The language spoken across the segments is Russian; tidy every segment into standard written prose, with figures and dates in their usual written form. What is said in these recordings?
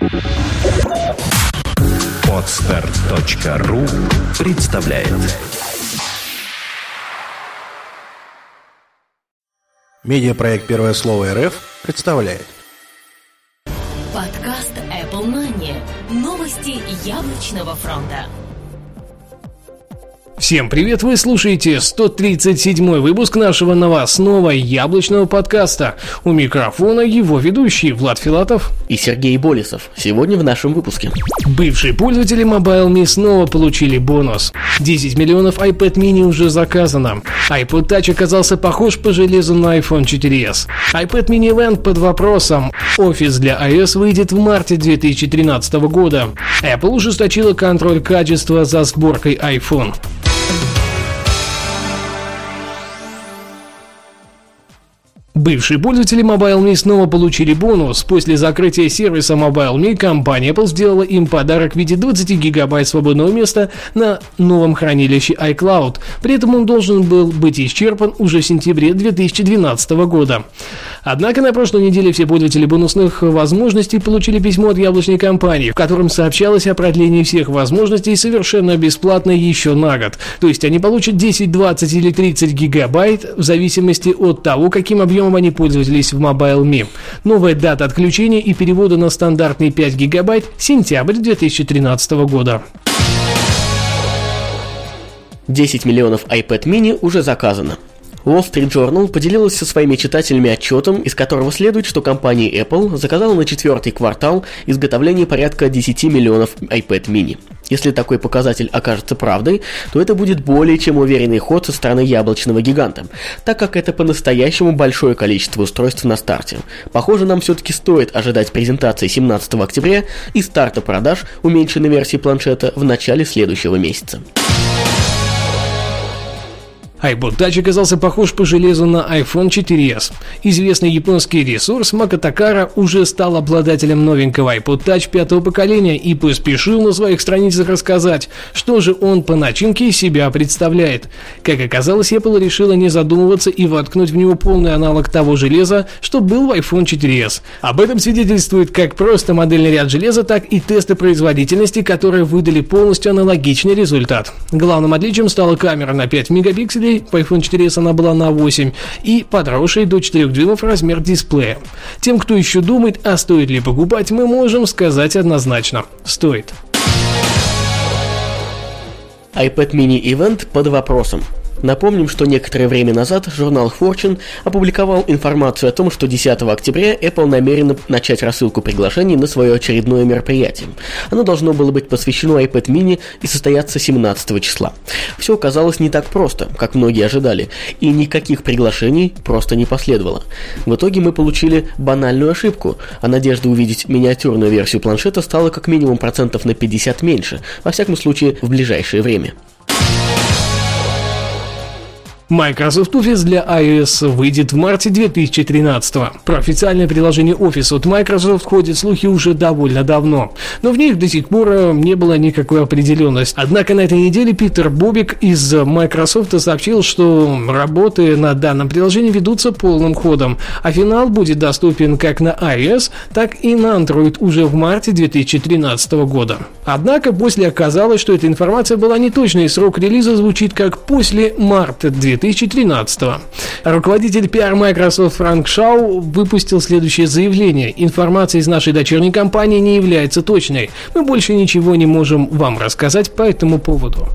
Podster.ru представляет. Медиапроект «Первое слово РФ» представляет. Подкаст Apple Money. Новости яблочного фронта. Всем привет, вы слушаете 137-й выпуск нашего новостного яблочного подкаста. У микрофона его ведущие Влад Филатов и Сергей Болесов. Сегодня в нашем выпуске. Бывшие пользователи MobileMe снова получили бонус. 10 миллионов iPad mini уже заказано. iPod Touch оказался похож по железу на iPhone 4s. iPad mini Event под вопросом. Офис для iOS выйдет в марте 2013 года. Apple ужесточила контроль качества за сборкой iPhone. Бывшие пользователи MobileMe снова получили бонус. После закрытия сервиса MobileMe компания Apple сделала им подарок в виде 20 гигабайт свободного места на новом хранилище iCloud. При этом он должен был быть исчерпан уже в сентябре 2012 года. Однако на прошлой неделе все пользователи бонусных возможностей получили письмо от яблочной компании, в котором сообщалось о продлении всех возможностей совершенно бесплатно еще на год. То есть они получат 10, 20 или 30 гигабайт в зависимости от того, каким объемом они пользовались в MobileMe. Новая дата отключения и перевода на стандартные 5 гигабайт – сентябрь 2013 года. 10 миллионов iPad mini уже заказано. Wall Street Journal поделилась со своими читателями отчетом, из которого следует, что компания Apple заказала на четвертый квартал изготовление порядка 10 миллионов iPad mini. Если такой показатель окажется правдой, то это будет более чем уверенный ход со стороны яблочного гиганта, так как это по-настоящему большое количество устройств на старте. Похоже, нам все-таки стоит ожидать презентации 17 октября и старта продаж уменьшенной версии планшета в начале следующего месяца. iPod Touch оказался похож по железу на iPhone 4s. Известный японский ресурс Макатакара уже стал обладателем новенького iPod Touch 5-го поколения и поспешил на своих страницах рассказать, что же он по начинке из себя представляет. Как оказалось, Apple решила не задумываться и воткнуть в него полный аналог того железа, что был в iPhone 4s. Об этом свидетельствует как просто модельный ряд железа, так и тесты производительности, которые выдали полностью аналогичный результат. Главным отличием стала камера на 5 мегапикселей, по iPhone 4s она была на 8, и подросший до 4 дюймов размер дисплея. Тем, кто еще думает, а стоит ли покупать, мы можем сказать однозначно – стоит. iPad mini Event под вопросом. Напомним, что некоторое время назад журнал Fortune опубликовал информацию о том, что 10 октября Apple намерена начать рассылку приглашений на свое очередное мероприятие. Оно должно было быть посвящено iPad mini и состояться 17 числа. Все оказалось не так просто, как многие ожидали, и никаких приглашений просто не последовало. В итоге мы получили банальную ошибку, а надежда увидеть миниатюрную версию планшета стала как минимум процентов на 50 меньше, во всяком случае в ближайшее время. Microsoft Office для iOS выйдет в марте 2013. Про официальное приложение Office от Microsoft ходят слухи уже довольно давно, но в них до сих пор не было никакой определенности. Однако на этой неделе Питер Бобик из Microsoft сообщил, что работы над данным приложением ведутся полным ходом, а финал будет доступен как на iOS, так и на Android уже в марте 2013 года. Однако после оказалось, что эта информация была неточной, и срок релиза звучит как после марта 2013. Руководитель PR Microsoft Франк Шау выпустил следующее заявление: информация из нашей дочерней компании не является точной. Мы больше ничего не можем вам рассказать по этому поводу.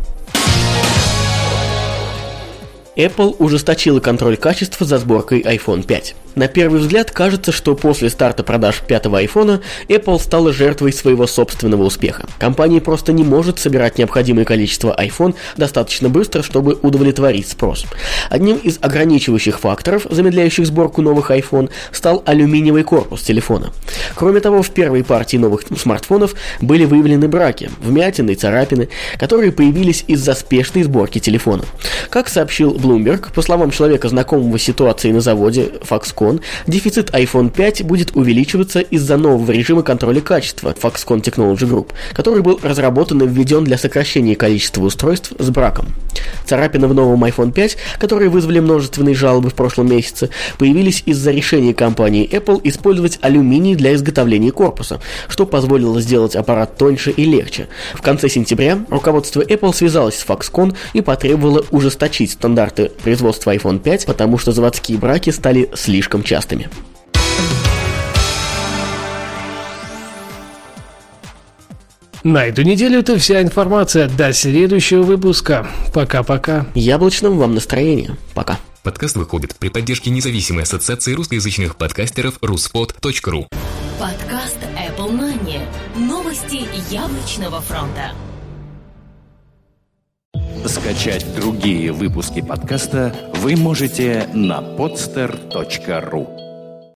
Apple ужесточила контроль качества за сборкой iPhone 5. На первый взгляд кажется, что после старта продаж 5-го iPhone Apple стала жертвой своего собственного успеха. Компания просто не может собирать необходимое количество iPhone достаточно быстро, чтобы удовлетворить спрос. Одним из ограничивающих факторов, замедляющих сборку новых iPhone, стал алюминиевый корпус телефона. Кроме того, в первой партии новых смартфонов были выявлены браки, вмятины и царапины, которые появились из-за спешной сборки телефона. Как сообщил Bloomberg, по словам человека, знакомого с ситуацией на заводе Foxconn, iPhone, дефицит iPhone 5 будет увеличиваться из-за нового режима контроля качества Foxconn Technology Group, который был разработан и введен для сокращения количества устройств с браком. Царапины в новом iPhone 5, которые вызвали множественные жалобы в прошлом месяце, появились из-за решения компании Apple использовать алюминий для изготовления корпуса, что позволило сделать аппарат тоньше и легче. В конце сентября руководство Apple связалось с Foxconn и потребовало ужесточить стандарты производства iPhone 5, потому что заводские браки стали слишком частыми. На эту неделю это вся информация. До следующего выпуска. Пока-пока. Яблочного вам настроения. Пока. Подкаст выходит при поддержке независимой ассоциации русскоязычных подкастеров ruspod.ru. Подкаст Apple Money. Новости яблочного фронта. Скачать другие выпуски подкаста вы можете на podster.ru.